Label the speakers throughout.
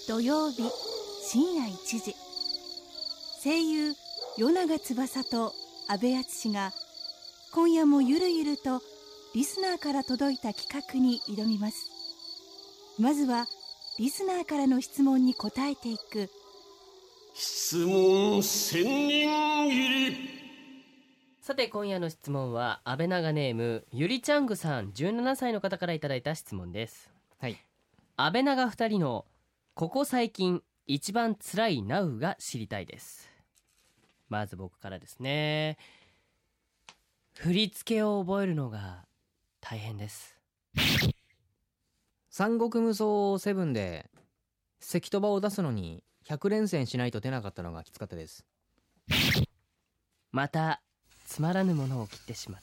Speaker 1: 土曜日深夜1時、声優与永翼と阿部淳が今夜もゆるゆるとリスナーから届いた企画に挑みます。まずはリスナーからの質問に答えていく
Speaker 2: 質問千人入り。
Speaker 3: さて今夜の質問は安倍長ネームゆりちゃんぐさん17歳の方からいただいた質問です。
Speaker 4: はい。
Speaker 3: 安倍長2人のここ最近一番辛いナウが知りたいです。まず僕からですね。振り付けを覚えるのが大変です。
Speaker 4: 三国無双7で関戸場を出すのに100連戦しないと出なかったのがきつかったです。
Speaker 3: またつまらぬものを切ってしまった。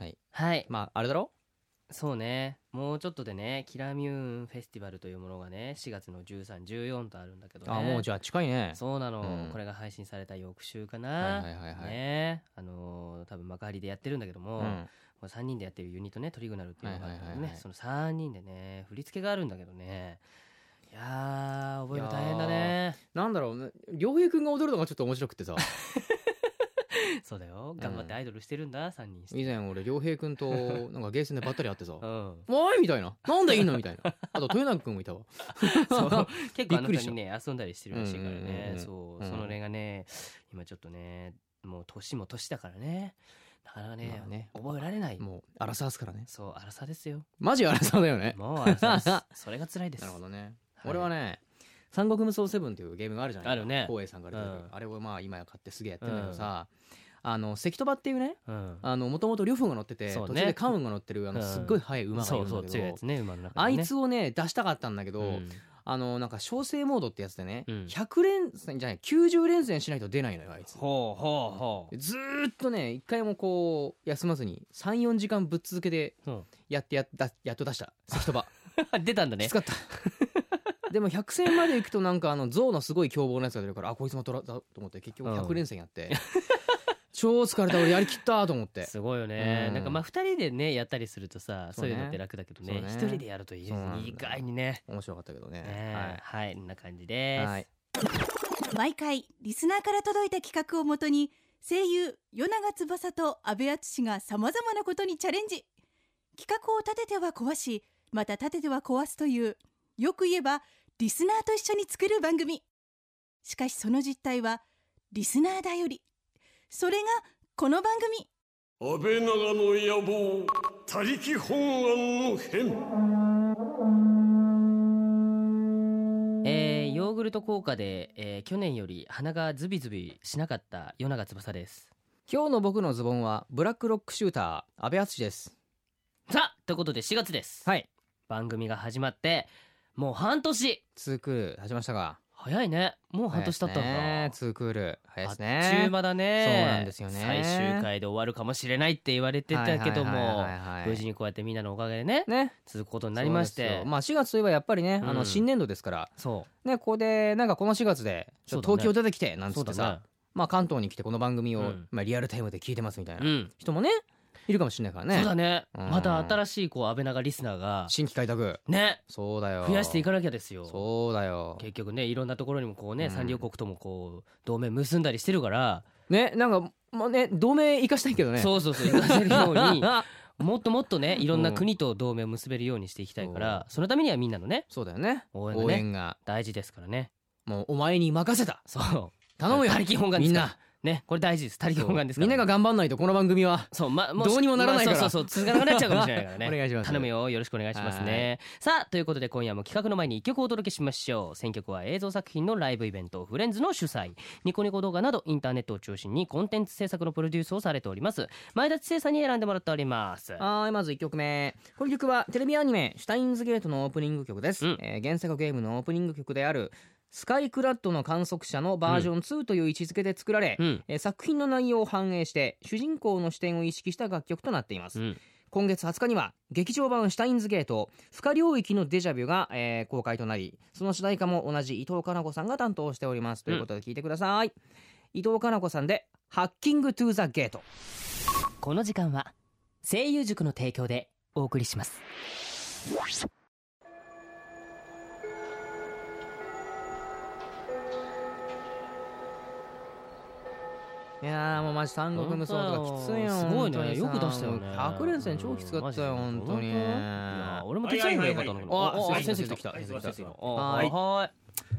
Speaker 4: はい
Speaker 3: はい。
Speaker 4: まああれだろ、
Speaker 3: そうね、もうちょっとでねキラミューンフェスティバルというものがね4月の13、14とあるんだけどね。
Speaker 4: あ、もうじゃあ近いね。
Speaker 3: そうなの、
Speaker 4: うん
Speaker 3: これが配信された翌週かな、
Speaker 4: はいはいはいはい、
Speaker 3: ね、多分幕張でやってるんだけども、これ3人でやってるユニットね、トリグナルっていうのがあるんだけどね、
Speaker 4: はいはいはいはい、
Speaker 3: その3人でね振り付けがあるんだけどね、いやー覚えるの大変だね。
Speaker 4: なんだろう、良平くんが踊るのがちょっと面白くてさ
Speaker 3: そうだよ、頑張ってアイドルしてるんだ、3人して。
Speaker 4: 以前俺良平くんとなんかゲーセンでばったり会ってさ
Speaker 3: うん、
Speaker 4: おいみたいな、なんでいいのみたいなあと豊永くんもいたわ
Speaker 3: そう結構あの
Speaker 4: びっくりした
Speaker 3: 人にね遊んだりしてるらしいからね、
Speaker 4: うん
Speaker 3: そう、
Speaker 4: うん
Speaker 3: その例がね今ちょっとねもう年も年だからね、なかなかね、
Speaker 4: まあね、
Speaker 3: 覚えられない。
Speaker 4: もう荒さですからね。
Speaker 3: そう、荒さですよ、
Speaker 4: マジ荒さだよね。
Speaker 3: もう荒さですそれが辛いです。
Speaker 4: なるほどね、
Speaker 3: はい、
Speaker 4: 俺はね三国無双7っていうゲームがあるじゃない。
Speaker 3: あるね、
Speaker 4: 光栄さんが出てる、
Speaker 3: うん、
Speaker 4: あれをまあ今や買ってすげえやってるんだけどさ、関戸場っていうね、
Speaker 3: うん、
Speaker 4: もともと呂布が乗ってて、
Speaker 3: そうね、
Speaker 4: 途中で関羽が乗ってるすっごい速い馬がいるんだけど、
Speaker 3: そうそう強いやつね、馬の中でね、
Speaker 4: あいつをね出したかったんだけど、なんか小生モードってやつでね、100連戦じゃない90連戦しないと出ないのよあいつ。
Speaker 3: ほうほうほう。
Speaker 4: ずーっとね一回もこう休まずに 3,4 時間ぶっ続けでやっと出した関戸場
Speaker 3: 出たんだね。
Speaker 4: きつかったでも100戦まで行くとなんか象のすごい凶暴なやつが出るから、あこいつも取らだと思って結局100連戦やって、超疲れた、俺やりきったと思って。
Speaker 3: すごいよね、なんかまあ2人でねやったりするとさ、そういうのって楽だけどね、1人でやると意外にね
Speaker 4: 面白かったけどね。
Speaker 3: はい、こんな感じです。はい、
Speaker 1: 毎回リスナーから届いた企画をもとに声優与永翼と阿部淳がさまざまなことにチャレンジ。企画を立てては壊し、また立てては壊すという、よく言えばリスナーと一緒に作る番組。しかしその実態はリスナーだより。それがこの番組、
Speaker 2: 安倍長の野望他力本願の変。
Speaker 3: ヨーグルト効果で、去年より鼻がズビズビしなかった与永翼です。
Speaker 4: 今日の僕のズボンはブラックロックシューター阿部淳です。
Speaker 3: さあということで4月です。
Speaker 4: はい、
Speaker 3: 番組が始まってもう半年。
Speaker 4: ツークール始めましたが、
Speaker 3: 早いね、もう半年経ったんだ。
Speaker 4: ツークール早いですね。
Speaker 3: あっちゅう間だね。
Speaker 4: そうなんですよね。
Speaker 3: 最終回で終わるかもしれないって言われてたけども、無事にこうやってみんなのおかげでね続くことになりまして、
Speaker 4: まあ4月といえばやっぱりね、新年度ですから、
Speaker 3: そう
Speaker 4: ね、ここでなんかこの4月でちょっと東京出てきてなんつってさ、まあ関東に来てこの番組をまあリアルタイムで聞いてますみたいな人もねいるかもしれないからね。
Speaker 3: そうだね、また新しいこう安倍長リスナーが
Speaker 4: 新規開拓ね、そうだよ、
Speaker 3: 増やしていかなきゃですよ。
Speaker 4: そうだよ、
Speaker 3: 結局ねいろんなところにもこうね、三両国ともこう同盟結んだりしてるから
Speaker 4: ね、なんかまあね同盟生かしたいけどね。
Speaker 3: そう生かせるようにもっともっとねいろんな国と同盟を結べるようにしていきたいから、そのためにはみんなのね、
Speaker 4: そうだよね、
Speaker 3: 応援が大事ですからね。
Speaker 4: もうお前に任せた、
Speaker 3: そう
Speaker 4: 頼むよ、
Speaker 3: 他力本願ですからみんなね、これ大事です。他力本願ですから、
Speaker 4: みんなが頑張んないとこの番組はそうどうにもならないから、
Speaker 3: そう続かなくなっちゃうかもしれないからね
Speaker 4: お願いします、
Speaker 3: 頼むよ、よろしくお願いしますね。さあということで今夜も企画の前に1曲お届けしましょう。選曲は映像作品のライブイベントフレンズの主催、ニコニコ動画などインターネットを中心にコンテンツ制作のプロデュースをされております前田知世さんに選んでもらっております。
Speaker 4: まず1曲目、この曲はテレビアニメシュタインズゲートのオープニング曲です、原作ゲームのオープニング曲であるスカイクラッドの観測者のバージョン2という位置づけで作られ、作品の内容を反映して主人公の視点を意識した楽曲となっています、今月20日には劇場版シュタインズゲート不可領域のデジャビュが、公開となり、その主題歌も同じ伊藤かな子さんが担当しております、ということで聞いてください。伊藤かな子さんでハッキングトゥーザゲート。
Speaker 3: この時間は声優塾の提供でお送りします。
Speaker 4: いやーもうマジ三国無双とかきついよ。
Speaker 3: すごいね
Speaker 4: 本当にさ
Speaker 3: よく出したよね
Speaker 4: 100連戦超きつかったよ本当に。
Speaker 3: いや俺も手伝えばよかったのに。
Speaker 4: はい
Speaker 3: 先生来た。
Speaker 4: 先生来た
Speaker 3: 先生来た。
Speaker 4: はい
Speaker 3: はい。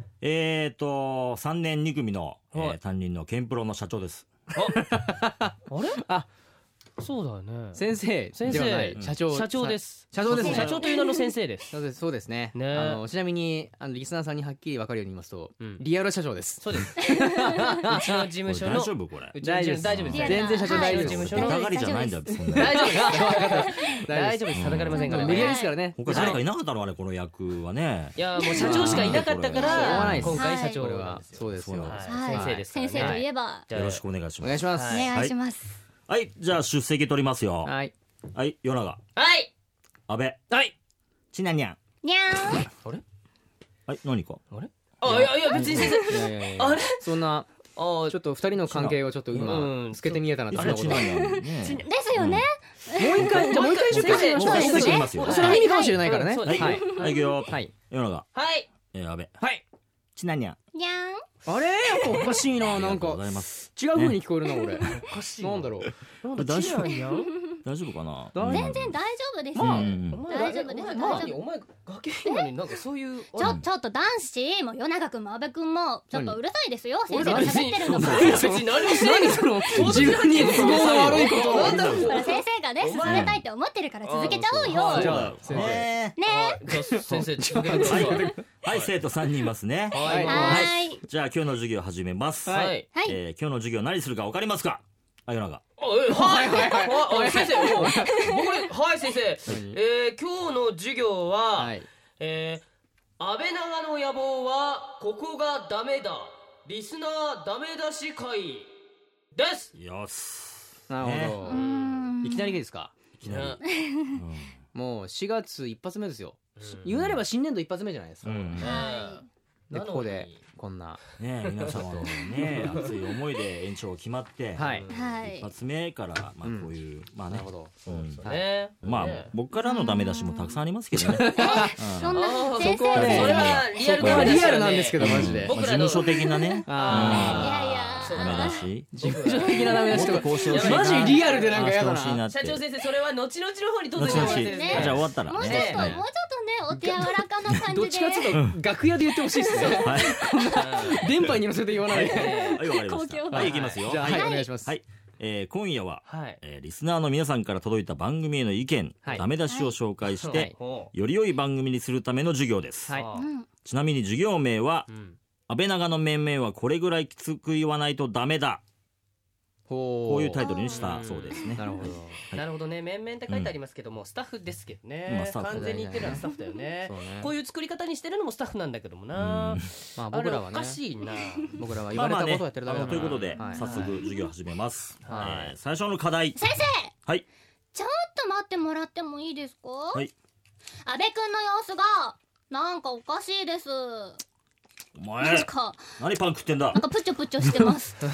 Speaker 5: 3年2組の
Speaker 3: はい
Speaker 5: 担任のケンプロの社長です。
Speaker 3: あれ？
Speaker 4: あ、
Speaker 3: そうだよね。
Speaker 4: 先生
Speaker 3: 先
Speaker 4: ではない
Speaker 3: 生、
Speaker 4: 社長。
Speaker 3: 社長です。
Speaker 4: 社長ですね。
Speaker 3: 社長という名の先生です。
Speaker 4: そうですね。
Speaker 3: ね
Speaker 4: ちなみにリスナーさんにはっきり分かるように言いますと、
Speaker 3: うん
Speaker 4: リアル社長です。
Speaker 3: そうです。うちの事務所の
Speaker 5: 大丈夫これ？
Speaker 3: 大丈夫です。大丈夫です。
Speaker 4: 全然社長大丈夫です。
Speaker 3: 事務所の
Speaker 5: 疑りじゃないんだってそんな。
Speaker 3: 大丈夫です。大丈夫です。叩かれませんから
Speaker 4: メディア
Speaker 3: ね。
Speaker 4: ですからね。
Speaker 5: 他誰かいなかったのかねこの役はね。
Speaker 3: いやもう社長しかいなかったか
Speaker 4: しょうがな
Speaker 3: ら
Speaker 4: いです
Speaker 3: 今回社長
Speaker 4: これは
Speaker 3: なんですよ。
Speaker 4: そうですよ。
Speaker 3: はい先生ですからね。
Speaker 6: 先生といえば
Speaker 3: じゃあ
Speaker 5: よろしくお願いします。
Speaker 4: お願いします。
Speaker 6: お願いします。
Speaker 5: はい、じゃあ出席取りますよ。
Speaker 4: はい。
Speaker 5: はい、与永、
Speaker 3: はい
Speaker 5: 安倍、
Speaker 3: はい。
Speaker 5: ちなにゃん。
Speaker 6: にゃーん。
Speaker 3: あれ？
Speaker 5: はい、何か。
Speaker 3: あれ？あいや別に先生。
Speaker 4: いやいやいや
Speaker 3: あれ？
Speaker 4: そんな
Speaker 3: あー
Speaker 4: ちょっと二人の関係をちょっと
Speaker 3: うん
Speaker 4: 今つけてみえたなってそんなこと。
Speaker 5: ちなにゃんね。
Speaker 6: ですよね。
Speaker 4: もう一回じゃあもう一回出席しましょう。
Speaker 5: 出席しますよ。
Speaker 4: それは意味かもしれないからね。
Speaker 3: そう
Speaker 5: はい、
Speaker 4: はい
Speaker 5: はい、いくよ。
Speaker 4: はい。
Speaker 5: 与永、
Speaker 3: はい
Speaker 5: 安倍、
Speaker 3: はい。
Speaker 5: ちなにゃん。
Speaker 6: にゃーん。
Speaker 4: あれやっぱおかしいななんか
Speaker 5: ありがとうございます。
Speaker 4: 違う風に聞こえるな俺。
Speaker 3: おかしい。
Speaker 4: なんだろう。
Speaker 3: なんだ
Speaker 5: 大丈夫
Speaker 3: チナニャン？
Speaker 5: 大丈夫かな。
Speaker 4: 大
Speaker 6: 全然大丈夫です。
Speaker 3: まあ
Speaker 5: うん
Speaker 3: お前
Speaker 6: 大丈夫です
Speaker 3: お前
Speaker 6: 大丈夫
Speaker 3: 何お前崖なのになんかそういう
Speaker 6: ちょっと男子も与永くんも阿部くんもちょっとうるさいですよ。先生が
Speaker 3: 俺ら
Speaker 6: 喋ってるのも。
Speaker 3: 別に何もしてない
Speaker 4: その自分に都合の悪いこと
Speaker 3: なんだろう。
Speaker 6: ほら先生がね進めたいって思ってるから続けちゃおうよ。
Speaker 3: はい
Speaker 4: じゃあ先生。
Speaker 5: ね
Speaker 3: じゃあ先生続けてください。
Speaker 5: はい、生徒3人いますね。
Speaker 3: はい
Speaker 6: はーい。
Speaker 5: じゃあ今日の授業始めます。
Speaker 3: はい。
Speaker 6: はい。
Speaker 5: 今日の授業何するかわかりますか。与永。
Speaker 3: はい先生。僕はい先生。
Speaker 4: 何
Speaker 3: 今日の授業は
Speaker 4: はい。
Speaker 3: 安倍長の野望はここがダメだ。リスナーダメ出し会です。
Speaker 5: よし。
Speaker 4: なるほ
Speaker 6: う
Speaker 4: ど。
Speaker 6: ん
Speaker 4: いきなりですか。
Speaker 5: いきなり。
Speaker 4: もう4月一発目ですよ。言うなれば新年度一発目じゃないですか。
Speaker 5: うん
Speaker 6: は
Speaker 4: でここでこんな。
Speaker 5: ね皆様のね熱い思いで延長決まって、
Speaker 4: はい。
Speaker 6: はい
Speaker 5: 一。発目からまあこういうまあね
Speaker 4: なるほど。
Speaker 5: うん
Speaker 3: ね。
Speaker 5: まあ僕からのダメ出しもたくさんありますけどね。
Speaker 6: そんな
Speaker 3: あー
Speaker 6: 先
Speaker 4: そこはね
Speaker 3: それ
Speaker 6: 生が
Speaker 3: はリアル
Speaker 4: そこはリアルなんですけどマジで。
Speaker 5: まあ事務所的なね。
Speaker 4: あ
Speaker 6: いやいや
Speaker 5: ダメ出し。
Speaker 4: 事務所的なダメ出しとか。
Speaker 5: こうしてほしいな。
Speaker 4: マジリアルでなんかやだな
Speaker 5: ああしてほしいなって
Speaker 3: 社長先生それは後々の方にどうぞ
Speaker 5: 後々
Speaker 3: お願いします
Speaker 6: ね
Speaker 5: あじゃあ終わったら
Speaker 6: もうちょっと
Speaker 5: ね。はい
Speaker 6: もうちょっとねお手柔らかな感
Speaker 4: どっ
Speaker 6: じで。
Speaker 4: ちかっていうと楽屋で言ってほしいですね。
Speaker 5: はい。
Speaker 4: 電波に乗せて言わないで。
Speaker 5: はいわかりました。
Speaker 6: 公共
Speaker 5: はい行きますよ。
Speaker 4: じゃあはい
Speaker 5: はい
Speaker 4: お願いします。
Speaker 5: はい。今夜は
Speaker 3: はい。
Speaker 5: リスナーの皆さんから届いた番組への意見、
Speaker 4: はい
Speaker 5: ダメ出しを紹介し
Speaker 4: はい
Speaker 5: てより良い番組にするための授業です。
Speaker 4: はい
Speaker 6: うん
Speaker 5: ちなみに授業名は
Speaker 3: うん
Speaker 5: 安倍長の面々はこれぐらいきつく言わないとダメだ。こ
Speaker 4: こ
Speaker 5: ういうタイトルにしたそうですね。
Speaker 4: なるほど。
Speaker 3: なるほどね面々って書いてありますけどもスタッフですけど
Speaker 5: ま
Speaker 3: ね
Speaker 5: あスタッフ
Speaker 3: 完全に言ってるのはスタッフだよね
Speaker 4: そうね
Speaker 3: こういう作り方にしてるのもスタッフなんだけどもな
Speaker 4: まあ
Speaker 3: あ
Speaker 4: 僕らはね
Speaker 3: れおか。しいな
Speaker 4: 僕らは言われたことをやってるだけだから。
Speaker 5: ということで
Speaker 4: はい
Speaker 5: 早速授業始めます。
Speaker 4: はい
Speaker 5: 最初の課題。
Speaker 6: 先生
Speaker 5: はい。
Speaker 6: ちょっと待ってもらってもいいですか。
Speaker 5: はい。
Speaker 6: 阿部くんの様子がなんかおかしいです。
Speaker 5: お
Speaker 6: なん
Speaker 5: 前
Speaker 6: か
Speaker 5: 何パン食ってんだ
Speaker 6: なん。かプチョプチョしてます。
Speaker 4: プ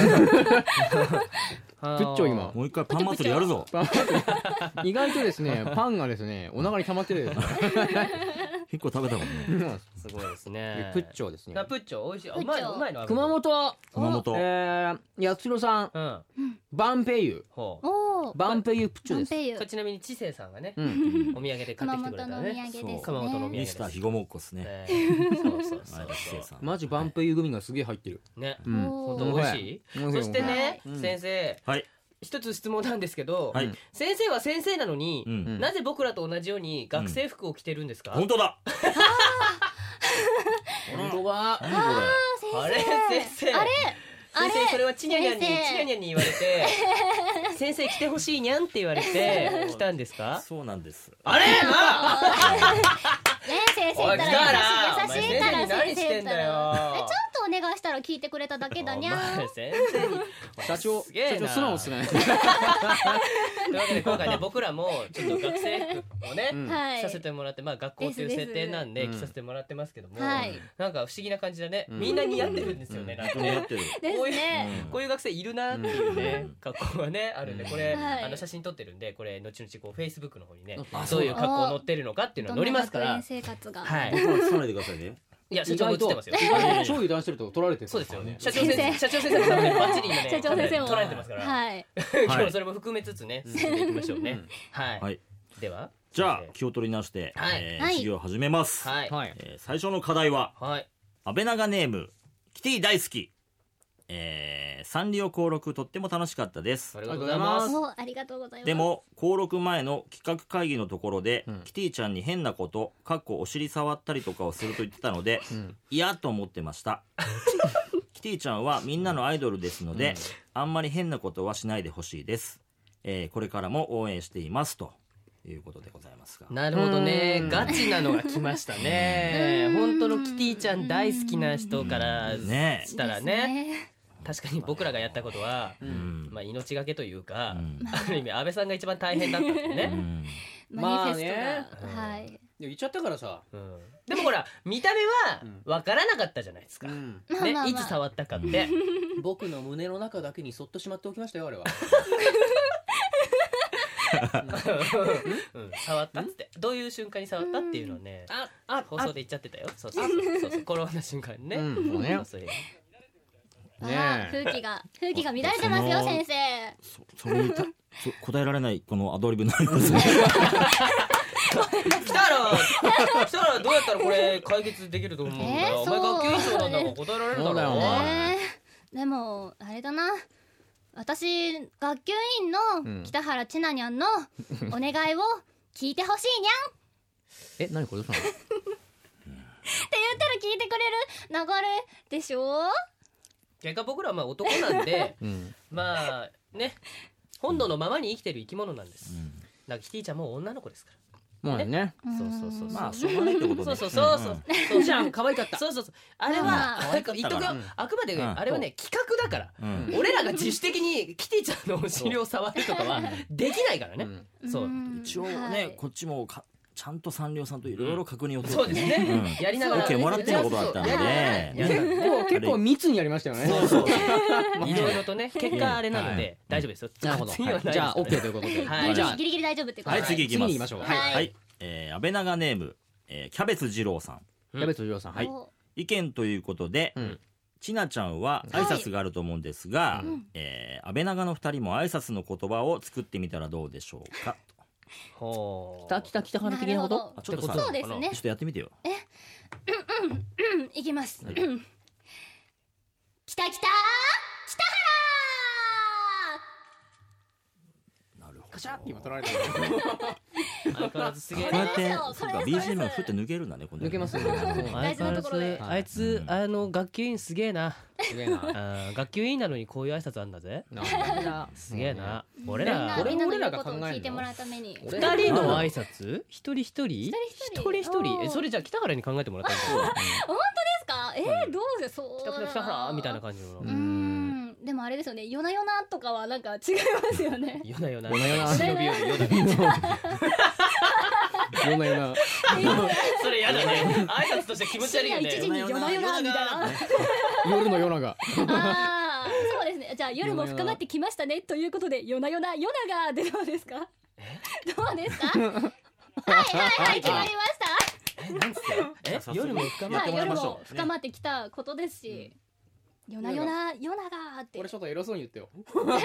Speaker 4: ッチョ今。
Speaker 5: もう一回パン祭りやるぞ。
Speaker 4: 意外とですねパンがですねお腹に溜まってるですね。
Speaker 5: 結構食べたもんね。
Speaker 3: すごいですね
Speaker 4: プッチョですね
Speaker 3: あ。プッチョ美味しい
Speaker 6: プッチョ
Speaker 3: うまいの
Speaker 4: 熊本
Speaker 5: 熊本。
Speaker 4: 八代さん
Speaker 3: うん
Speaker 4: バンペイユ
Speaker 3: ほう
Speaker 6: おお。
Speaker 4: バンペイユプッチョです。
Speaker 6: バンペイユ
Speaker 3: これちなみに知性さんがね
Speaker 4: うん。
Speaker 3: お土産で買って
Speaker 6: 熊
Speaker 3: きてくれた
Speaker 6: 本のお土産
Speaker 3: ね
Speaker 6: ですね。
Speaker 3: 熊本のお土産
Speaker 5: ミスターひごもっこっすね。
Speaker 3: そうそうそう
Speaker 5: 前田知世さん。
Speaker 4: マジバンペイユグミがすげえ入ってる。
Speaker 3: ね
Speaker 4: うん。
Speaker 6: お
Speaker 3: 本当美味しい
Speaker 4: うん
Speaker 3: そしてね
Speaker 4: うん
Speaker 3: 先生
Speaker 5: はい。
Speaker 3: 一つ質問なんですけど
Speaker 5: はい。
Speaker 3: 先生は先生なのに
Speaker 5: うん。
Speaker 3: なぜ僕らと同じように学生服を着てるんですか
Speaker 5: 本当だ。
Speaker 4: 本当だ。
Speaker 5: 何これ。
Speaker 3: あれ先生
Speaker 6: あれ
Speaker 3: 先生それはチニャニャンに
Speaker 6: 先生
Speaker 3: チニャニャンに言われて先生来てほしいにゃんって言われて来たんですか
Speaker 5: そうなんです。
Speaker 3: あれ
Speaker 6: ね先生
Speaker 3: おい来たら
Speaker 6: 優しいから
Speaker 3: お前先生に何してんだよ
Speaker 6: ちょっとお願いしたら聞いてくれただけだにゃ
Speaker 3: お前
Speaker 6: ん。
Speaker 3: 先生に
Speaker 4: 社長
Speaker 3: すげえな
Speaker 4: 素直っすね。
Speaker 3: というわけで今回ね僕らもちょっと学生服をね
Speaker 4: うん
Speaker 6: はい。
Speaker 3: させてもらってまあ学校っていう
Speaker 6: です
Speaker 3: 設定なんで
Speaker 4: うん
Speaker 3: 着させてもらってますけども
Speaker 6: はい
Speaker 3: なんか不思議な感じだね
Speaker 4: うん
Speaker 3: みんな似合ってるんですよねなんか
Speaker 5: 本当にやってる。
Speaker 6: です
Speaker 3: こういう
Speaker 6: ね。
Speaker 3: こういう学生いるなっていうね
Speaker 5: うん
Speaker 3: 格好がねあるんでこれ
Speaker 6: はい
Speaker 3: 写真撮ってるんでこれ後々こうフェイスブックの方にね
Speaker 4: あ
Speaker 3: どういう格好載ってるのかっていうのが載りますから
Speaker 6: どんな学園生活が。
Speaker 3: はい
Speaker 5: 僕は聞かないでくださいね。
Speaker 3: いや社長も映ってますよ。
Speaker 4: 意外と超油断してると取られてる。
Speaker 3: そうですよ
Speaker 4: ね。
Speaker 3: 社長先生からねバッチリ今ね
Speaker 6: 社長先生も
Speaker 3: 取られてますから
Speaker 6: はい
Speaker 3: 今日はそれも含めつつね進んでいきましょうね。はいでは
Speaker 5: じゃあ気を取り直して
Speaker 6: はい
Speaker 5: 授業を始めます。
Speaker 3: はい
Speaker 4: はい。
Speaker 5: 最初の課題は
Speaker 3: はい
Speaker 5: 安倍長ネームキティ大好き。サンリオ登録とっても楽しかったです。
Speaker 3: ありがとうございます。
Speaker 6: おありがとうございます。
Speaker 5: でも登録前の企画会議のところで、
Speaker 4: うん
Speaker 5: キティちゃんに変なことお尻触ったりとかをすると言ってたので、嫌と思ってましたキティちゃんはみんなのアイドルですので、あんまり変なことはしないでほしいです、これからも応援していますということでございますが、
Speaker 3: なるほどね。ガチなのが来ましたね。本当のキティちゃん大好きな人から
Speaker 5: ね
Speaker 3: したらね、確かに僕らがやったことは、
Speaker 5: うん
Speaker 3: 命がけというか、
Speaker 5: うん
Speaker 3: ある意味安倍さんが一番大変だったんです
Speaker 5: う
Speaker 3: ね。
Speaker 5: ん
Speaker 6: マニフェストが、
Speaker 3: まあね
Speaker 6: はい
Speaker 4: 言っちゃったからさ。
Speaker 3: でもほら見た目は分からなかったじゃないですか。ね、
Speaker 6: まあまあまあ
Speaker 3: いつ触ったかって。
Speaker 4: 僕の胸の中だけにそっとしまっておきましたよあれは。
Speaker 3: 触ったっつってどういう瞬間に触ったっていうのをね、放送で言っちゃってたよ。そうそう転んだ瞬間にね。
Speaker 4: そうね。
Speaker 3: そう
Speaker 6: あー風紀が乱れてますよ先生。
Speaker 5: それに答えられないこのアドリブになりますね
Speaker 3: 来たらどうやったらこれ解決できると思うんだよ。お前学級委員長なんだから答えられるだろう。
Speaker 4: そうだよね
Speaker 6: でもあれだな、私学級委員の北原千奈にゃんのお願いを聞いてほしいにゃん
Speaker 4: 何これどうしたの？
Speaker 6: って言ったら聞いてくれる流れでしょ。
Speaker 3: 結果僕らはまあ男なんで
Speaker 4: うん。
Speaker 3: まあね本能のままに生きてる生き物なんです。だからキティちゃんも女の子ですから。
Speaker 4: もうね。
Speaker 3: そう
Speaker 5: まあしょうがないってことで
Speaker 3: そう
Speaker 4: じゃん可愛かった。
Speaker 3: そうあれは
Speaker 6: ま
Speaker 3: 言っとくよ。あくまであれはね企画だから。俺らが自主的にキティちゃんのお尻を触るとかはできないからね。そう
Speaker 5: 一応ねこっちもちゃんとサンリオさんといろいろ確認を取
Speaker 3: そうですね。やりながら
Speaker 5: OK もらってのことだったので
Speaker 4: 結構密にやりましたよね。
Speaker 3: いろいろとね結果あれなので大丈夫ですよ。
Speaker 4: なるほど。
Speaker 3: 次はないです
Speaker 4: じゃあ OK ということで。
Speaker 3: はい
Speaker 4: じゃあ
Speaker 6: ギリギリ大丈夫ってことで。
Speaker 5: はい次行きます
Speaker 4: 次に行きましょう。
Speaker 6: はい
Speaker 5: はい安倍長ネームキャベツ二郎さん
Speaker 4: キャベツ二郎さん。はい。
Speaker 6: お
Speaker 5: 意見ということで
Speaker 4: うん
Speaker 5: ちなちゃんは挨拶があると思うんですが安倍長の2人も挨拶の言葉を作ってみたらどうでしょうか
Speaker 3: ほう。
Speaker 4: 北的な的なこと？
Speaker 5: ちょっとさ
Speaker 6: そうですね
Speaker 5: ちょっとやってみてよ
Speaker 6: いきます。
Speaker 5: はい
Speaker 6: きたきた北
Speaker 5: なるほど
Speaker 4: カシャッ今取られた。
Speaker 3: 相変わらずすげえ
Speaker 5: こうやっ
Speaker 3: な。
Speaker 5: て
Speaker 6: そう
Speaker 5: そうか
Speaker 6: これです
Speaker 5: BGM がふって抜けるんだねこれね
Speaker 4: 抜けますよ。
Speaker 6: 大事なところで
Speaker 3: あいつ学級委員すげえな。
Speaker 4: すげえな。
Speaker 3: 学級委員なのにこういう挨拶あんだぜ。
Speaker 4: なんだ。
Speaker 3: すげえな。俺
Speaker 6: みんな
Speaker 3: ら
Speaker 4: これ
Speaker 6: みんなの
Speaker 4: 俺らが
Speaker 6: 言うことを
Speaker 4: 考えるの
Speaker 6: 聞いてもらうために。
Speaker 4: 俺
Speaker 3: 二人の挨拶一人一人
Speaker 6: 一人
Speaker 3: 一人
Speaker 6: おー
Speaker 3: それじゃあ北原に考えてもらったんですよ。
Speaker 6: ですか？どうせそう。
Speaker 3: 北原みたいな感じの。
Speaker 6: でもあれですよね。夜な夜なとかはなんか違いますよね。
Speaker 3: よなよな。
Speaker 4: よなよな
Speaker 3: 忍び寄るよな。
Speaker 4: よなよな。
Speaker 3: それやだね。挨拶として気持ち悪いよ
Speaker 6: 深夜1時
Speaker 3: ね。
Speaker 6: に夜な夜なみたいな。
Speaker 4: 夜の夜長。
Speaker 6: ああ、そうですね。じゃあ夜も深まってきましたねということで夜な夜な夜長でどうですか？どうですか？はい決まりました。
Speaker 3: なんつって夜も深まって
Speaker 6: 夜も深まってきたことですし、夜な夜な夜長って
Speaker 4: 俺ちょっと偉そうに言ってよ。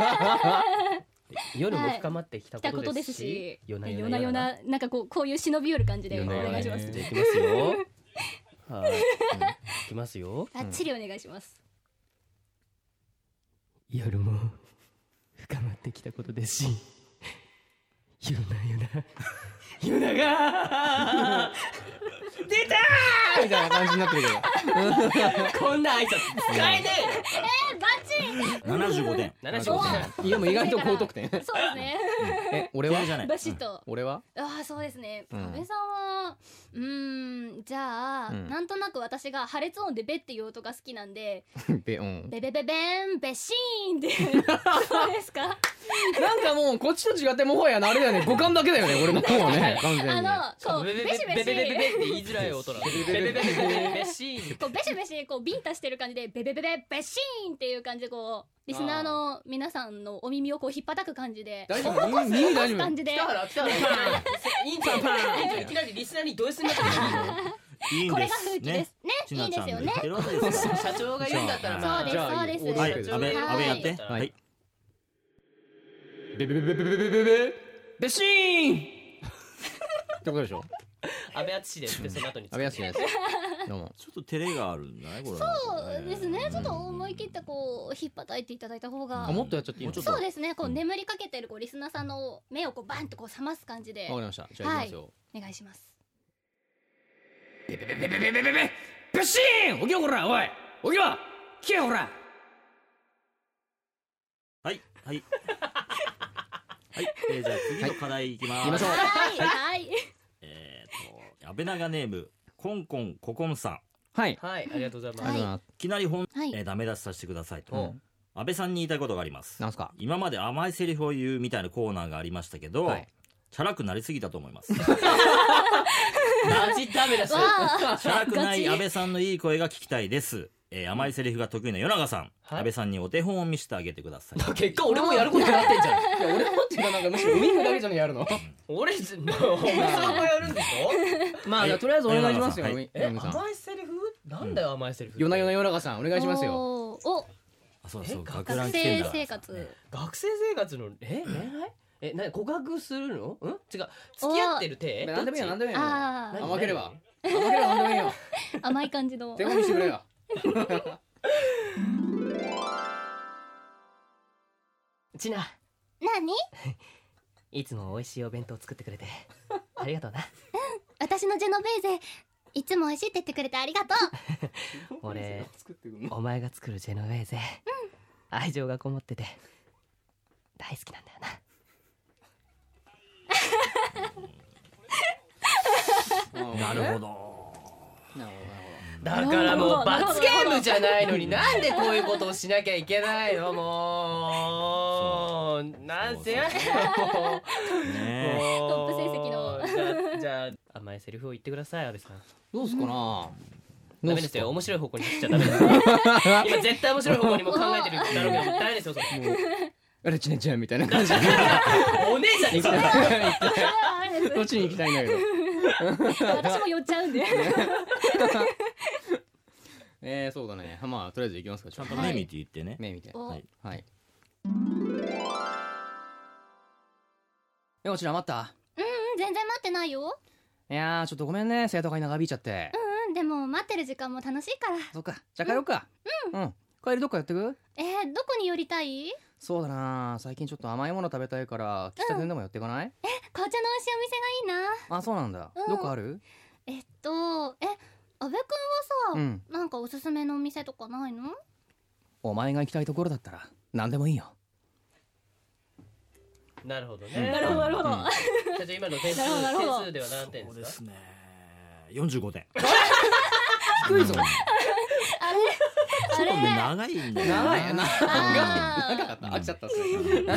Speaker 3: 夜も深まってきた
Speaker 6: 来た
Speaker 3: こ
Speaker 6: こととですす
Speaker 3: でし
Speaker 6: し、
Speaker 3: 夜な
Speaker 6: 夜な夜ななんかこういう忍び寄る感じでお願いします。
Speaker 3: じゃあいきますよ。はい。いきますよ。
Speaker 6: あっちりお願いします。
Speaker 3: 夜も深まってきたことですし、夜な夜な夜長出た
Speaker 4: みたいな感じになってるけど。
Speaker 3: ー。こんな挨拶使えね
Speaker 6: バッチリ。
Speaker 5: 75点
Speaker 3: え。75点。
Speaker 4: でも意外と高得点。
Speaker 6: そうですね。
Speaker 4: 俺は
Speaker 5: 嫌いじゃない
Speaker 6: バシッと。
Speaker 4: 俺は
Speaker 6: ああそうですね。
Speaker 4: うん
Speaker 6: 安倍さんはじゃあ、
Speaker 4: うん
Speaker 6: なんとなく私が破裂音でベっていう音が好きなんで、
Speaker 4: べうん。
Speaker 6: ベベベベンベシーンってそうですか？
Speaker 4: なんかもうこっちと違ってもはやあれだよね。五感だけだよね。俺の方はね。完全に。
Speaker 6: こう
Speaker 3: ベベベ
Speaker 6: ベシベシ
Speaker 3: ベベベベベって言いづらい音だ。ベベベベベベベシーン。
Speaker 6: こうベシベシこうビンタしてる感じでベベベベベシーンっていう感じでこうリスナーの皆さんのお耳をこう引っ叩く感じで
Speaker 4: 大丈夫？耳大丈夫？
Speaker 6: 感じで
Speaker 3: 北原委員長いきなりリスナーにド S になってる。
Speaker 5: いいん
Speaker 6: これが
Speaker 5: です
Speaker 6: 風紀ですね。
Speaker 5: ちなちゃんが
Speaker 6: いいですよね
Speaker 5: 言ってるわけですから
Speaker 3: 社長が言うんだったらまあ
Speaker 6: そうですそうです
Speaker 5: はい
Speaker 3: 社長が
Speaker 5: 安倍やって
Speaker 3: はい
Speaker 5: はい
Speaker 4: ベベベベベベベベベベシーンってことでしょ。
Speaker 3: 安倍敦ですってその後に
Speaker 4: 安倍康です。どうも。
Speaker 5: ちょっと照れがあるんだねこれ。
Speaker 6: そうですね。ちょっと思い切ってこう引っ叩いていただいた方が
Speaker 4: あ、もっとやっちゃっていいの。
Speaker 5: もうちょっと
Speaker 6: そうですね。こう眠りかけてるこうリスナーさんの目をこうバンとこう覚ます感じで
Speaker 4: わかりました。じゃあ行きますよ。
Speaker 6: お願いします。
Speaker 4: ベベベベベベベベベベシーン。起きろこら、おい。起きろ。聞けよこら。
Speaker 5: はいはいはい、じゃあ次の課題いきます。
Speaker 4: 行きましょう。
Speaker 6: はいはい。
Speaker 5: 安倍長ネームコンコンココンさん。
Speaker 4: はい。
Speaker 3: はいありがとうございます
Speaker 4: ありがとうございます。
Speaker 5: いきなり
Speaker 6: はい
Speaker 5: ダメ出しさせてくださいと、
Speaker 4: うん
Speaker 5: 安倍さんに言いたいことがあります。
Speaker 4: なんすか。
Speaker 5: 今まで甘いセリフを言うみたいなコーナーがありましたけど、
Speaker 4: はい
Speaker 5: チャラくなりすぎたと思います。
Speaker 3: マジダメだし
Speaker 6: わあ。
Speaker 5: チャラくない安倍さんのいい声が聞きたいです。甘いセリフが得意な与永さん、
Speaker 3: はい
Speaker 5: 安倍さんにお手本を見せてあげてください。
Speaker 3: 結果俺もやることになってんじゃん
Speaker 4: いや、俺もっていうか、なんかむしろウィングだけじゃねやるの。
Speaker 3: 俺お前さんがやるんでしょ
Speaker 4: まあ、じゃあとりあえずお願いしますよ。
Speaker 5: はい
Speaker 4: ウィングさん。
Speaker 3: 甘いセリフなんだよ甘いセリフ
Speaker 4: 夜な夜な夜中さん、お願いしますよ。
Speaker 6: おーお、
Speaker 5: あ、そうそう、
Speaker 3: 学
Speaker 5: 学ラン
Speaker 6: 学生
Speaker 5: 着てんだ。
Speaker 6: 生活。
Speaker 3: 学生生活の恋愛な告白するの違う付き合ってる手
Speaker 4: なんでもいいよ、なんでもいいよ。
Speaker 6: ああ、
Speaker 4: 甘ければ。甘ければなんでもいいよ。
Speaker 6: 甘い感じの。
Speaker 4: 手本見してくれよ。
Speaker 3: ちな
Speaker 6: 何？
Speaker 3: いつも美味しいお弁当作ってくれてありがとうな
Speaker 6: 私のジェノベーゼ、いつも美味しいって言ってくれてありがとう。
Speaker 3: 俺
Speaker 4: 作ってくんの。
Speaker 3: お前が作るジェノベーゼ愛情がこもってて大好きなんだよな
Speaker 5: なるほど。
Speaker 4: なるほど。
Speaker 3: だからもう
Speaker 6: なるほど
Speaker 3: 罰ゲームじゃないのになんでこういうことをしなきゃいけないのもうなんせやね
Speaker 5: ね
Speaker 6: トップ成績の
Speaker 3: じゃあ甘いセリフを言ってください安倍さん
Speaker 4: どうすかな。
Speaker 3: ダメですよ面白い方向にしちゃダメですよ今絶対面白い方向にも考えてるだろうけどダメですよそれ
Speaker 4: あれちねちゃんみたいな感じで。
Speaker 3: お姉さんにそれ
Speaker 4: こっちに行きたいんだけど。
Speaker 6: 私も寄っちゃうんで。
Speaker 4: そうだね。まあとりあえず行きますか。
Speaker 5: ちゃんと目見て言ってね。
Speaker 4: 目見て。
Speaker 6: お
Speaker 5: はい。
Speaker 4: はい。こちら待った。
Speaker 6: 全然待ってないよ。
Speaker 4: いやー、ちょっとごめんね、生徒会長引いちゃって。
Speaker 6: でも待ってる時間も楽しいから。
Speaker 4: そっか、じゃあ帰ろうか。帰りどっかやってく？
Speaker 6: どこに寄りたい？
Speaker 4: そうだな、最近ちょっと甘いもの食べたいから喫茶店でも寄ってかない？
Speaker 6: 紅茶の美味しいお店がいいな。
Speaker 4: あ、そうなんだ。どっかある？
Speaker 6: 安倍くんはさ、なんかおすすめのお店とかないの？
Speaker 4: お前が行きたいところだったら何でもいいよ。
Speaker 3: なるほどね
Speaker 6: なるほどなるほど。
Speaker 3: じゃあ今の点数
Speaker 6: なるほど
Speaker 3: 点数では何点でか
Speaker 5: そうですすね。45点。
Speaker 4: 低いぞ。
Speaker 5: ちょっとね長いんだよな。
Speaker 4: 長いな。
Speaker 6: あー
Speaker 4: 長かった。飽きちゃったっすね。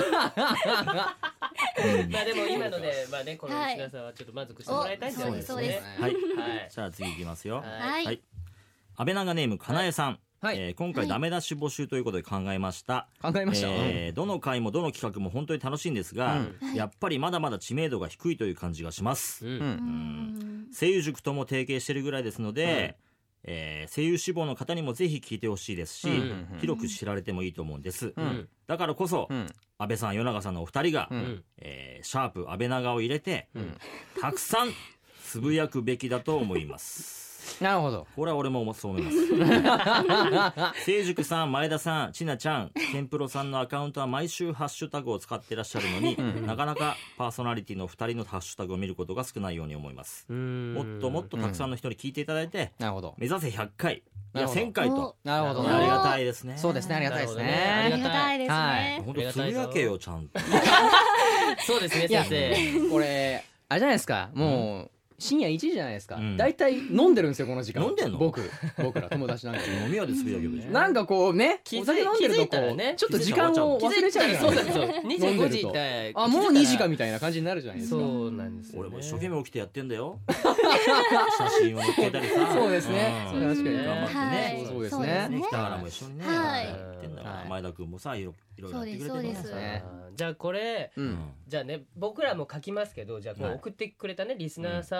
Speaker 3: まあでも今のでまあねこの石田さんはちょっと満足してもらいたいんじゃないですかね
Speaker 6: そうです
Speaker 5: はい。
Speaker 3: はい
Speaker 5: じゃあ次いきますよ。
Speaker 6: はい。
Speaker 5: はい。安倍長ネームかなえさん。
Speaker 4: はい
Speaker 5: 今回ダメ出し募集ということで考えました。
Speaker 4: 考えました。
Speaker 5: どの回もどの企画も本当に楽しいんですが、やっぱりまだまだ知名度が低いという感じがします。声優塾とも提携しているぐらいですので、声優志望の方にもぜひ聞いてほしいですし、広く知られてもいいと思うんです。だからこそ、安倍さん与永さんのお二人が、シャープ安倍長を入れて、たくさんつぶやくべきだと思います。
Speaker 4: なるほど。
Speaker 5: これは俺もそう思います聖塾さん、前田さん、ちなちゃん、ケンプロさんのアカウントは毎週ハッシュタグを使ってらっしゃるのに、なかなかパーソナリティの2人のハッシュタグを見ることが少ないように思います。もっともっとたくさんの人に聞いていただいて、
Speaker 4: なるほど。
Speaker 5: 目指せ100回いや
Speaker 4: なるほど
Speaker 5: 1000回と
Speaker 4: なるほど。
Speaker 5: ありがたいですね。
Speaker 4: そうですね、ありがたいです
Speaker 3: なるほど
Speaker 4: ね。
Speaker 6: ありがたいです
Speaker 4: はい
Speaker 6: ね。
Speaker 5: 本当つぶやけよちゃんと。
Speaker 3: そうですね
Speaker 4: いや
Speaker 3: 先生
Speaker 4: これあれじゃないですか。もう深夜1時じゃないですか。
Speaker 5: うん
Speaker 4: だいたい飲んでるんですよこの時間。
Speaker 5: 飲んでんの
Speaker 4: 僕ら友達なんか
Speaker 5: 飲み屋でつぶやけよでしょ。
Speaker 4: なんかこうね、
Speaker 3: 気づい
Speaker 4: お酒飲んでると
Speaker 3: 気づいた
Speaker 4: こ
Speaker 3: らね
Speaker 4: うちょっと時間を忘れちゃうじゃないですか。
Speaker 3: そうなんですよ
Speaker 4: 飲ん
Speaker 3: 25
Speaker 4: でると
Speaker 3: 時いったら
Speaker 4: あ、もう2時かみたいな感じになるじゃないですか。
Speaker 3: そうなんですよね
Speaker 5: 俺も一生懸命起きてやってんだよ。写真を載っけたりさ。
Speaker 4: そうですね。
Speaker 5: うん
Speaker 4: 確かに
Speaker 5: 頑張ってね。
Speaker 4: そうです
Speaker 6: そうです
Speaker 4: ね。
Speaker 5: 北原も一緒にね、
Speaker 6: はい
Speaker 5: やってんだから、
Speaker 4: はい
Speaker 5: 前田君もさいろいろやってくれてる
Speaker 6: そうです
Speaker 4: ね
Speaker 3: じゃあこれ
Speaker 4: うん。
Speaker 3: じゃあね僕らも書きますけどじゃあこう
Speaker 5: はい
Speaker 3: 送ってくれたねリスナーさ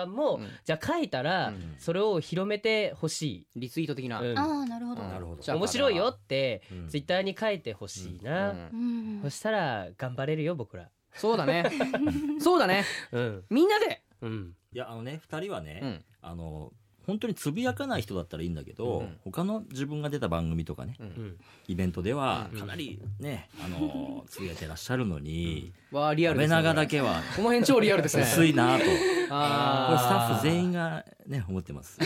Speaker 3: んもじゃあ書いたらそれを広めてほしい、
Speaker 4: リツイート的な。
Speaker 3: うん
Speaker 6: ああなるほど。
Speaker 5: なるほど。
Speaker 4: じゃあ
Speaker 3: 面白いよって
Speaker 5: うん
Speaker 3: ツイッターに書いてほしいな、
Speaker 6: うん
Speaker 3: そしたら頑張れるよ僕ら。
Speaker 4: そうだね。そうだね。
Speaker 3: うん
Speaker 4: みんなで。
Speaker 3: うん
Speaker 5: いや2人はね、
Speaker 4: うん
Speaker 5: 本当につぶやかない人だったらいいんだけど、他の自分が出た番組とかね、
Speaker 3: うん
Speaker 5: イベントではかなりね、つぶやいてらっしゃるのに、
Speaker 4: わあリア
Speaker 5: 安倍
Speaker 4: ルですね。
Speaker 5: 長だけは
Speaker 4: この辺超リアルですね。
Speaker 5: 薄いなと、これスタ
Speaker 4: あ
Speaker 5: ッフ全員がね思ってます。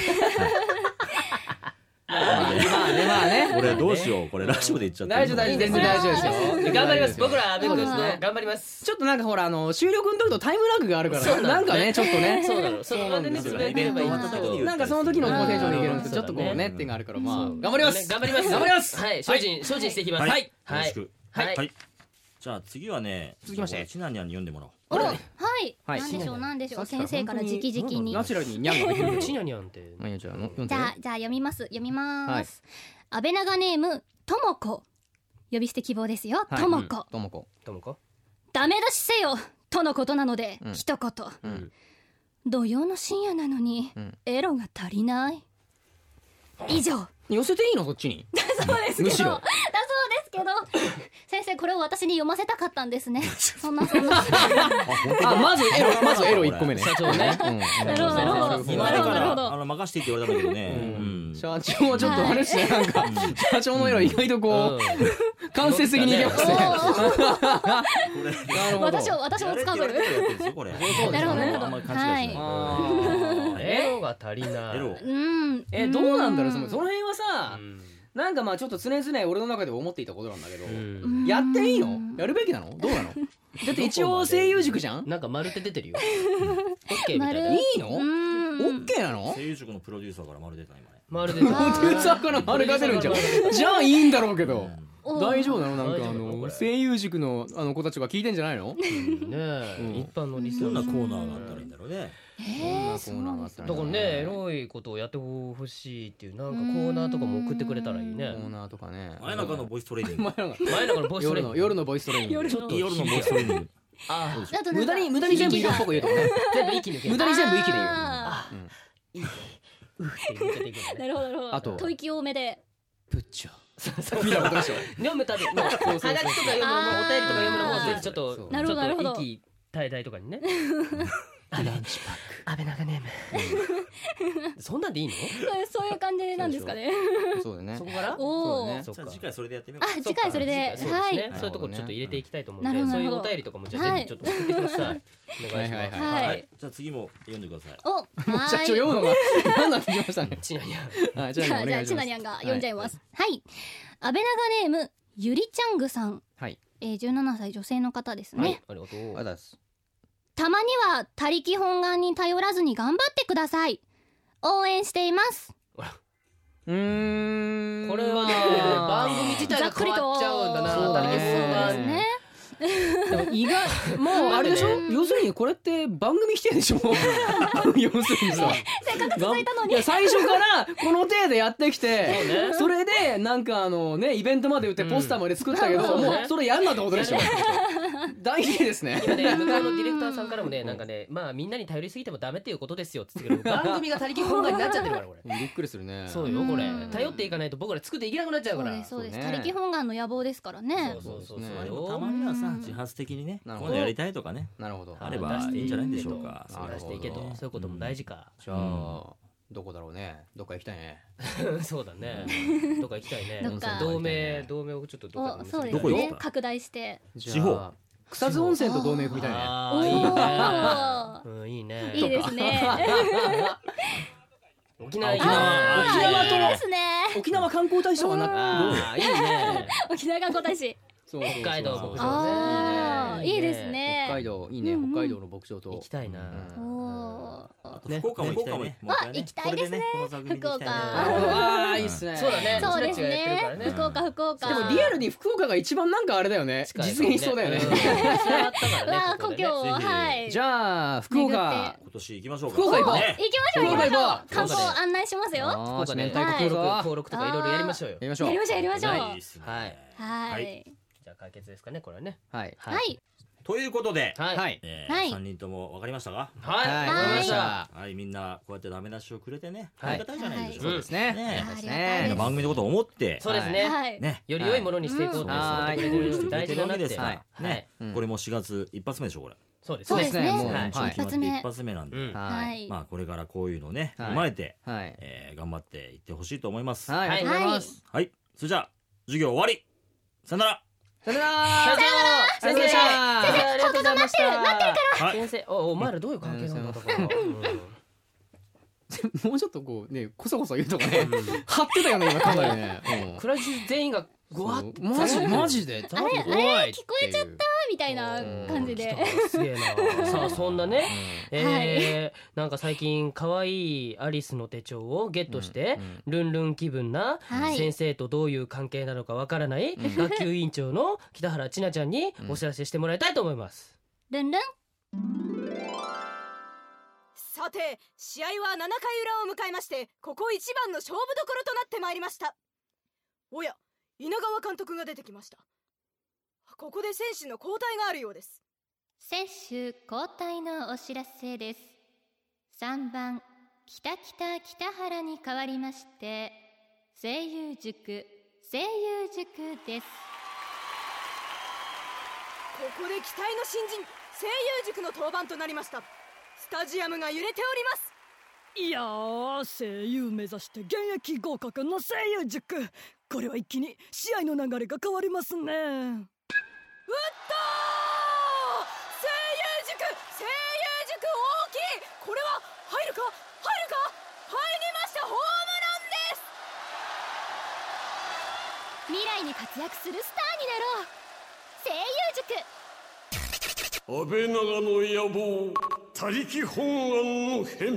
Speaker 4: まあね。
Speaker 5: これどうしよう、これラジオで言っちゃって
Speaker 4: 大丈夫大丈夫、全然大丈夫ですよ。
Speaker 3: 頑張ります。僕らベコです
Speaker 6: はい
Speaker 3: ね頑張ります。
Speaker 4: ちょっとなんかほら収録の時とタイムラグがあるからなんかねちょっとね。
Speaker 3: そうなの。その場でねつぶやいてればいいんだけど。
Speaker 4: なんかその時のこうテンションでいけるんですけど、ちょっとこうねっていうのがあるから、まあ頑張ります。
Speaker 3: 頑張ります。
Speaker 4: 頑張ります。
Speaker 3: はい精進していきます。
Speaker 5: はい、
Speaker 3: はい
Speaker 5: よろしく。
Speaker 3: はい
Speaker 5: はい。じゃあ次はね、
Speaker 4: 続きまして
Speaker 5: これちなにゃんに読んでもらおう。
Speaker 6: おはい
Speaker 4: はい
Speaker 6: なんでしょう先生から直々に。
Speaker 4: ナチュラルにニャンができるけど。
Speaker 3: ちにゃにゃんって
Speaker 4: まあいいよじゃあ読んで。
Speaker 6: じゃあ読みます安倍長ネームともこ、呼び捨て希望ですよ。ともこ、
Speaker 4: ともこ。
Speaker 3: ともこ。
Speaker 6: ダメ出しせよとのことなので一言。土曜の深夜なのにエロが足りない。以上。
Speaker 4: 寄せていいのそっちに。
Speaker 6: そうですけど、
Speaker 4: むしろ
Speaker 6: だそうですけど、先生これを私に読ませたかったんですね。そんな
Speaker 4: あまずエロ1個目ね。
Speaker 3: 社長ね。
Speaker 6: なるほどなるほど
Speaker 5: 今だか
Speaker 6: なるほど
Speaker 5: ら任していいって言われたんだけどね。
Speaker 4: 社長はちょっとあれですね、なんか社長のエロ意外とこう間接的にいけますね。なるほど。
Speaker 6: 私を使うぞる。
Speaker 5: これ。
Speaker 6: なるほどなるほど。
Speaker 5: あんまり勘違いしない。
Speaker 3: エロが足りない。
Speaker 5: エロ。
Speaker 6: うん
Speaker 4: どうなんだろうその辺はさ、なんかまあちょっと常々俺の中で思っていたことなんだけど、やっていいの？やるべきなの？どうなの？だって一応声優塾じゃん？
Speaker 3: なんか丸って出てるよ。オッケーみたいな。
Speaker 4: いいの？オッケーなの？
Speaker 5: 声優塾のプロデューサーから丸出た今ね。
Speaker 3: 丸出てる。
Speaker 4: プロデューサーから丸が出るんじゃん。じゃあいいんだろうけど。大丈夫なの？なんか
Speaker 3: 大丈夫これ
Speaker 4: 声優塾の子たちが聞いてんじゃないの？
Speaker 3: ねえ一般のリスナー
Speaker 5: どんなコーナーがあったらいいんだろうね。
Speaker 4: そんなコーナーがあったら
Speaker 3: だからねエロいことをやってほしいっていうなんかコーナーとかも送ってくれたらいいね。
Speaker 4: コーナーとかね。
Speaker 5: 前中のボイストレーニング。
Speaker 3: 前だからボイストレーニング
Speaker 4: 夜のボイストレーニング。
Speaker 6: 夜の
Speaker 5: 夜のボイストレーニング。
Speaker 3: ああ
Speaker 6: あと
Speaker 4: 無駄に全部色っぽく言うとね。
Speaker 3: 全部息抜ける。
Speaker 4: 無駄に全部息で言う。
Speaker 6: あ
Speaker 3: うって抜けていくの
Speaker 6: ーな
Speaker 3: ね。
Speaker 6: るほどなるほど。
Speaker 4: あと
Speaker 6: 吐息多めで。
Speaker 4: プッチャ。見たことでしょ。
Speaker 3: 読むたびもうはがきとか読むのもお便りとか読むのも全然ちょっと
Speaker 6: なるほどなるほど
Speaker 3: ちょっと息絶え絶えとかにね。安倍長ネーム。そんなんでいいの？
Speaker 6: そういう感じなんですかね。
Speaker 4: そうだね
Speaker 3: そ。こから？
Speaker 6: おお。
Speaker 4: そうね
Speaker 5: じゃあ次回それでやってみようか。
Speaker 6: 次回それで
Speaker 3: そうです
Speaker 6: はい。
Speaker 3: ね。そういうところちょっと入れていきたいと思うんで、
Speaker 6: なるほど
Speaker 3: そういうお便りとかもじゃあぜひちょっと送ってください。お願いします。
Speaker 6: はい
Speaker 5: はい。じゃあ次も読んでください。
Speaker 6: お、
Speaker 4: 社長読むのが何なんてきましたね。
Speaker 3: ちなにゃん。
Speaker 4: はい、じゃあお
Speaker 6: じゃあ
Speaker 4: 願いします。
Speaker 6: ちなにゃんが読んじゃいます。はい。安倍長ネームゆりちゃんぐさん。
Speaker 4: はい。
Speaker 6: 17歳女性の方です
Speaker 3: はい
Speaker 6: ね。
Speaker 3: ありがとう。
Speaker 4: ありがとうございます。
Speaker 6: たまには他力本願に頼らずに頑張ってください。応援しています。
Speaker 3: これはね番組自体が変わっちゃうんだな。
Speaker 4: そうだね
Speaker 6: そうですね。
Speaker 4: でも意外もうあれでしょ。要するにこれって番組否定でしょ。要するにさ。
Speaker 6: せっかく続いたのに。
Speaker 4: いや最初からこの体でやってきて、それでなんかねイベントまで打ってポスターまで作ったけど、もうそれやんなってことでしょ。大事ですね。
Speaker 3: 今ね向こうのディレクターさんからもねなんかねまあみんなに頼りすぎてもダメっていうことですよって言ってくる。番組が他力本願になっちゃってるからこれ。
Speaker 4: びっくりするね。
Speaker 3: そうよこれ頼っていかないと僕ら作っていけなくなっちゃうから。
Speaker 6: そうです。
Speaker 4: そうね
Speaker 6: 他力本願の野望ですからね。
Speaker 3: そうそう
Speaker 4: ね
Speaker 5: まあでもたまにはさ自発的にねこういうのやりたいとかね
Speaker 4: なるほど。
Speaker 5: あればいいんじゃないでしょうか。
Speaker 3: 出していけとそういうことも大事か。
Speaker 4: じゃあどこだろうね。どっか行きたいね。
Speaker 3: そうだね。どっか行きたいね。
Speaker 6: どっか
Speaker 3: 同盟をちょっとどっか
Speaker 6: お、
Speaker 3: に
Speaker 6: そうです
Speaker 5: どこ行く。
Speaker 6: ね拡大して。
Speaker 5: 地方
Speaker 4: 草津温泉と同盟組みたいね。
Speaker 3: あ
Speaker 6: お
Speaker 3: あ
Speaker 6: お。
Speaker 3: いいね。
Speaker 6: いいですね。
Speaker 3: 沖縄
Speaker 6: ああ、いいですね。
Speaker 4: 沖縄観光大使とかな。
Speaker 3: ああいいね。
Speaker 6: 沖縄観光大使。
Speaker 4: そう
Speaker 3: 北海道牧場
Speaker 6: ああ、
Speaker 3: ね。
Speaker 6: いいですね。
Speaker 4: 北海道いいね。北海道の牧場と
Speaker 3: 行きたいな。
Speaker 6: おお。
Speaker 5: 福岡も行きたいね。
Speaker 6: あ行きたいですね福岡
Speaker 4: ああいいっすね。
Speaker 3: そうだね。
Speaker 6: そうです
Speaker 3: うちら違うやってるから
Speaker 6: ね。福岡福岡。
Speaker 4: でもリアルに福岡が一番なんかあれだよね。実現しそうだよね。
Speaker 6: わあ故郷をはい。
Speaker 4: じゃあ福岡。
Speaker 5: 今年行きましょうか。
Speaker 4: 福岡行こう。
Speaker 6: 行きましょう行きましょう。観光案内しますよ。
Speaker 3: 福岡ね
Speaker 4: 明太子
Speaker 3: 登録とかいろいろやりましょうよ。
Speaker 4: やりましょう。
Speaker 6: やりましょうやりましょう。
Speaker 5: いいですね
Speaker 3: はい。
Speaker 6: はい。
Speaker 5: はい
Speaker 3: じゃあ解決ですかねこれはね。
Speaker 4: はい。
Speaker 6: はい。
Speaker 5: ということで、
Speaker 3: はい
Speaker 4: はい
Speaker 6: はい
Speaker 5: 3人とも分かりましたか？
Speaker 3: はい
Speaker 4: わかりました
Speaker 5: はい、みんなこうやってダメ出しをくれてね、
Speaker 3: はい
Speaker 5: ありがたいじゃないでしょうか。
Speaker 4: そうですね
Speaker 5: ね
Speaker 4: そうです
Speaker 6: ありがたいです
Speaker 5: 番組のことを思って
Speaker 3: そうですね、
Speaker 6: はい
Speaker 5: ね、
Speaker 3: より良いものにしていこうと
Speaker 4: はい
Speaker 3: 思ってくれてる大事だなって
Speaker 5: ですから
Speaker 3: はい
Speaker 5: ね、
Speaker 4: うん
Speaker 5: これも4月一発目でしょこれ。
Speaker 3: そうですね
Speaker 6: そうですね
Speaker 4: もう
Speaker 3: はい
Speaker 5: 一応決まって一発目なんで、
Speaker 3: うん
Speaker 4: は
Speaker 6: はいい
Speaker 5: まあこれからこういうのをね、
Speaker 4: はい
Speaker 5: 踏まえて、
Speaker 4: はい
Speaker 5: 頑張っていってほしいと思います。
Speaker 4: はいありがとうございます
Speaker 5: はい、それじゃあ授業終わり。さよなら。
Speaker 4: さよなら
Speaker 3: 先生
Speaker 4: 先生
Speaker 3: ありがとうございました
Speaker 5: はい。
Speaker 3: 先生お前らどういう関係なんだとか
Speaker 4: もうちょっとこうねこそこそ言うとかね張ってたよね今かなりね
Speaker 3: クラス全員がぐわっと
Speaker 4: マジで
Speaker 6: あれ聞こえちゃったみたいな感じで。
Speaker 3: すげえなさあそんなねなんか最近可愛いアリスの手帳をゲットしてルンルン気分な
Speaker 6: はい
Speaker 3: 先生とどういう関係なのかわからない学級委員長の北原千奈ちゃんにお知らせしてもらいたいと思います。
Speaker 6: ルンルン。
Speaker 7: さて試合は7回裏を迎えまして、ここ一番の勝負どころとなってまいりました。おや、稲川監督が出てきました。ここで選手の交代があるようです。
Speaker 8: 選手交代のお知らせです。3番北原に代わりまして声優塾です。
Speaker 7: ここで期待の新人声優塾の登板となりました。スタジアムが揺れております。
Speaker 9: いやー、声優目指して現役合格の声優塾。これは一気に試合の流れが変わりますね。
Speaker 7: 打ったー、声優塾大きい。これは入るか入りました。ホームランです。
Speaker 6: 未来に活躍するスターになろう。声優塾。
Speaker 2: 安倍長の野望他力本願の変。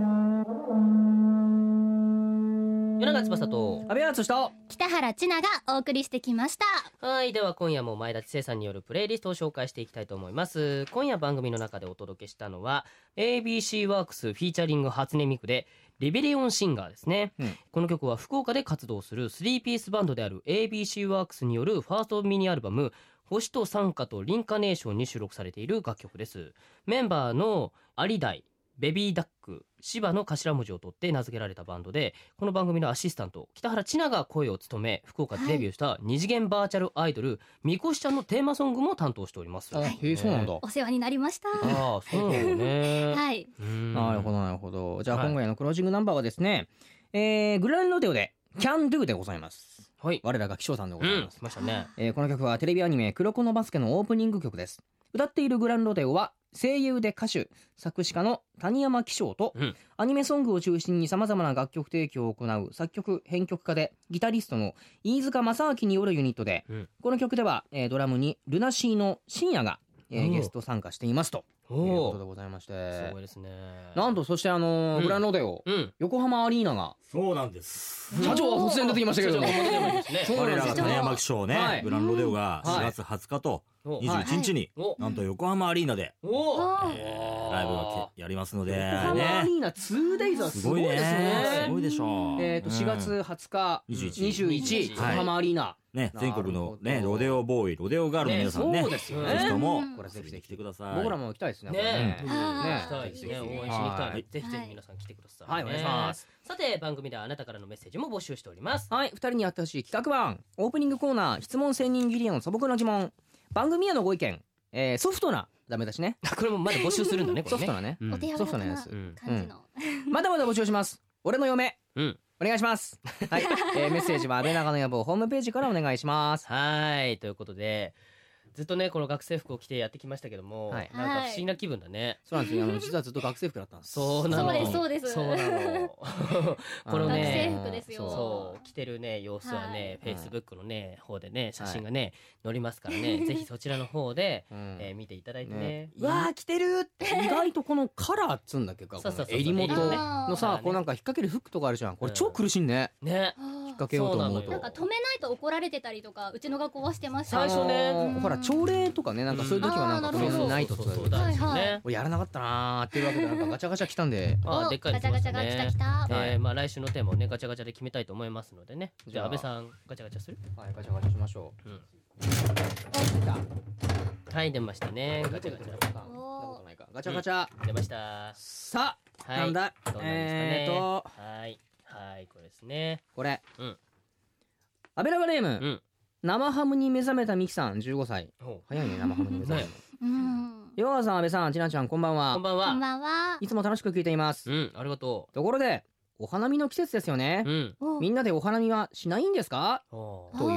Speaker 3: 夜長翼と
Speaker 4: 阿部淳と
Speaker 6: 北原千奈がお送りしてきました。
Speaker 3: はい、では今夜も前田知世さんによるプレイリストを紹介していきたいと思います。今夜番組の中でお届けしたのは ABC ワークスフィーチャリング初音ミクでリベリオンシンガーですね、この曲は福岡で活動する3ピースバンドである ABC ワークスによるファーストミニアルバム星と賛歌とリンカネーションに収録されている楽曲です。メンバーのアリダイ、ベビーダック、芝の頭文字を取って名付けられたバンドで、この番組のアシスタント北原千奈が声を務め福岡でデビューした二次元バーチャルアイドルみこしちゃんのテーマソングも担当しております。
Speaker 4: へえそうなんだ。
Speaker 6: お世話になりました。
Speaker 3: ああそうなのね。
Speaker 6: はい。
Speaker 4: なるほどなるほど。じゃあ
Speaker 3: はい
Speaker 4: 今回のクロージングナンバーはですね、グランロデオで Can Do でございます。
Speaker 3: はい。
Speaker 4: 我らが気象さんでございます。
Speaker 3: 来ましたね。
Speaker 4: この曲はテレビアニメ黒子のバスケのオープニング曲です。歌っているグランロデオは声優で歌手作詞家の谷山紀章と、アニメソングを中心にさまざまな楽曲提供を行う作曲編曲家でギタリストの飯塚正明によるユニットで、この曲では、ドラムにルナシーの深夜が、ゲスト参加していますということでございまして、
Speaker 3: すごいですね。
Speaker 4: なんとそしてグランロデオ、横浜アリーナが
Speaker 5: そうなんです。
Speaker 4: 社長は突然出てきましたけれども、
Speaker 5: 我らが種山気象ね、
Speaker 4: はい
Speaker 5: グランロデオが4月20日と21日に、なんと横浜アリーナで、ライブがやりますので、
Speaker 4: 横浜アリーナ 2days はすごいですね。
Speaker 5: すごいでしょう。
Speaker 4: 4月20日21横浜アリーナ、
Speaker 5: ね、全国のねロデオボーイロデオガールの皆さんね、
Speaker 4: そうですよね。
Speaker 5: ぜひとも
Speaker 4: これぜひ
Speaker 5: ぜひ来てください。
Speaker 4: 僕らも行きたいですね。
Speaker 3: ね
Speaker 4: これ
Speaker 3: 行きたいですね。応援しに行きた
Speaker 4: はい
Speaker 3: い。ぜひぜひ皆さん来てください。
Speaker 4: はいお願いします。
Speaker 3: さて番組ではあなたからのメッセージも募集しております。
Speaker 4: はい、2人にやってほしい企画版オープニングコーナー質問千人ギリアの素朴な疑問、番組へのご意見、ソフトなダメだしね。
Speaker 3: これもまだ募集するんだね。これね
Speaker 4: ソフトなね。
Speaker 6: お手柔らかな感じの。
Speaker 4: まだまだ募集します。俺の嫁。お願いします。はい、メッセージは安倍長の野望ホームページからお願いします。
Speaker 3: はいということでずっとねこの学生服を着てやってきましたけども、なんか不思議な気分だね。
Speaker 4: そうなんですよ。実はずっと学生服だったんです。
Speaker 3: そうなの。
Speaker 6: そうです。
Speaker 3: そうなの。このね
Speaker 6: 学生服ですよ。
Speaker 3: そう着てるね様子はね、Facebook のね方でね写真がね載りますからね、ぜひそちらの方で見ていただいてね。
Speaker 4: うわー着てるって意外とこのカラーっつうんだっけか、襟元のさこうなんか引っ掛けるフックとかあるじゃん。これ超苦しいね。
Speaker 3: ね。
Speaker 4: 引っ掛けようと思うと
Speaker 6: なんか止めないと怒られてたりとかうちの学校はしてました。
Speaker 3: 最初ね
Speaker 4: ほら朝礼とかねなんかそういう時はなんか止めないと
Speaker 3: そうだね。
Speaker 4: 俺やらなかったなーっていうわけでなんかガチャガチャ来たんで、
Speaker 3: でっかいですね。
Speaker 6: ガチャガチャが来た。
Speaker 3: まあ来週のテーマをねガチャガチャで決めたいと思いますのでね。じゃあ安倍さんガチャガチャする？
Speaker 4: はいガチャガチャしましょう。
Speaker 3: はい出ましたね。ガチャガチャ
Speaker 4: ガチャガチャ
Speaker 3: 出ました。
Speaker 4: さあ、
Speaker 3: はい、
Speaker 4: なんだ
Speaker 3: どうなんですかね。はいはいこれですね。
Speaker 4: これ、
Speaker 3: うん、
Speaker 4: アベラガネーム、
Speaker 3: うん、
Speaker 4: 生ハムに目覚めたミキさん15歳。早いね、生ハムに目覚めるの。ヨガさん、安倍さん、ちなちゃん、こんばんは。
Speaker 3: こんばんは。
Speaker 6: こんばんは。
Speaker 4: いつも楽しく聞いています。
Speaker 3: ありがと
Speaker 4: う。ところでお花見の季節ですよね。みんなでお花見はしないんですかという。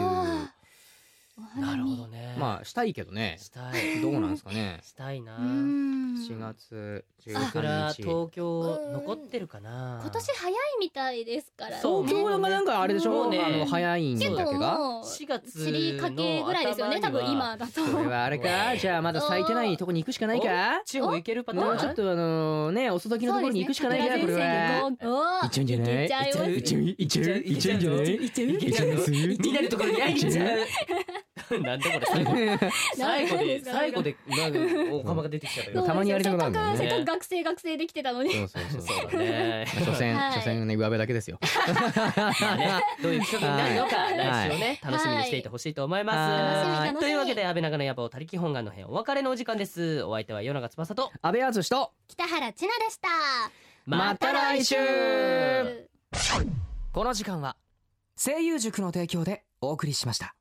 Speaker 3: なるほどね。
Speaker 4: まあしたいけどね。
Speaker 3: したい。
Speaker 4: どうなんですかね。
Speaker 3: したいな。
Speaker 4: 7月13日。
Speaker 3: 桜東京残ってるかな。
Speaker 6: 今年早いみたいですからね。
Speaker 4: 東京がなんかあれでしょ。早いんだっけが。
Speaker 3: 4月
Speaker 6: 散りかけぐらいですよね。多分今だと。
Speaker 4: これはあれか。じゃあまだ咲いてないとこに行くしかないか。
Speaker 3: 地方行けるパターン。
Speaker 4: もうちょっとね遅咲きのところに行くしかないかこれは。行っちゃうんじゃない。行っちゃうんじゃない。行っちゃうんじゃない。行っちゃいます。
Speaker 3: 気になるところに行っちゃう。なんでこれ最後でお釜が出てきちゃったけど、
Speaker 4: たまにやりたくなるんだよね。
Speaker 6: 学生できてたのに。
Speaker 4: そうだね。所詮ね上辺だけですよ。
Speaker 3: どういう企画になるのか来週をね楽しみにしていてほしいと思います。というわけで安倍長の野望他力本願の編お別れのお時間です。お相手は与永翼と
Speaker 4: 安倍敦と
Speaker 6: 北原千奈でした。
Speaker 3: また来週。
Speaker 10: この時間は声優塾の提供でお送りしました。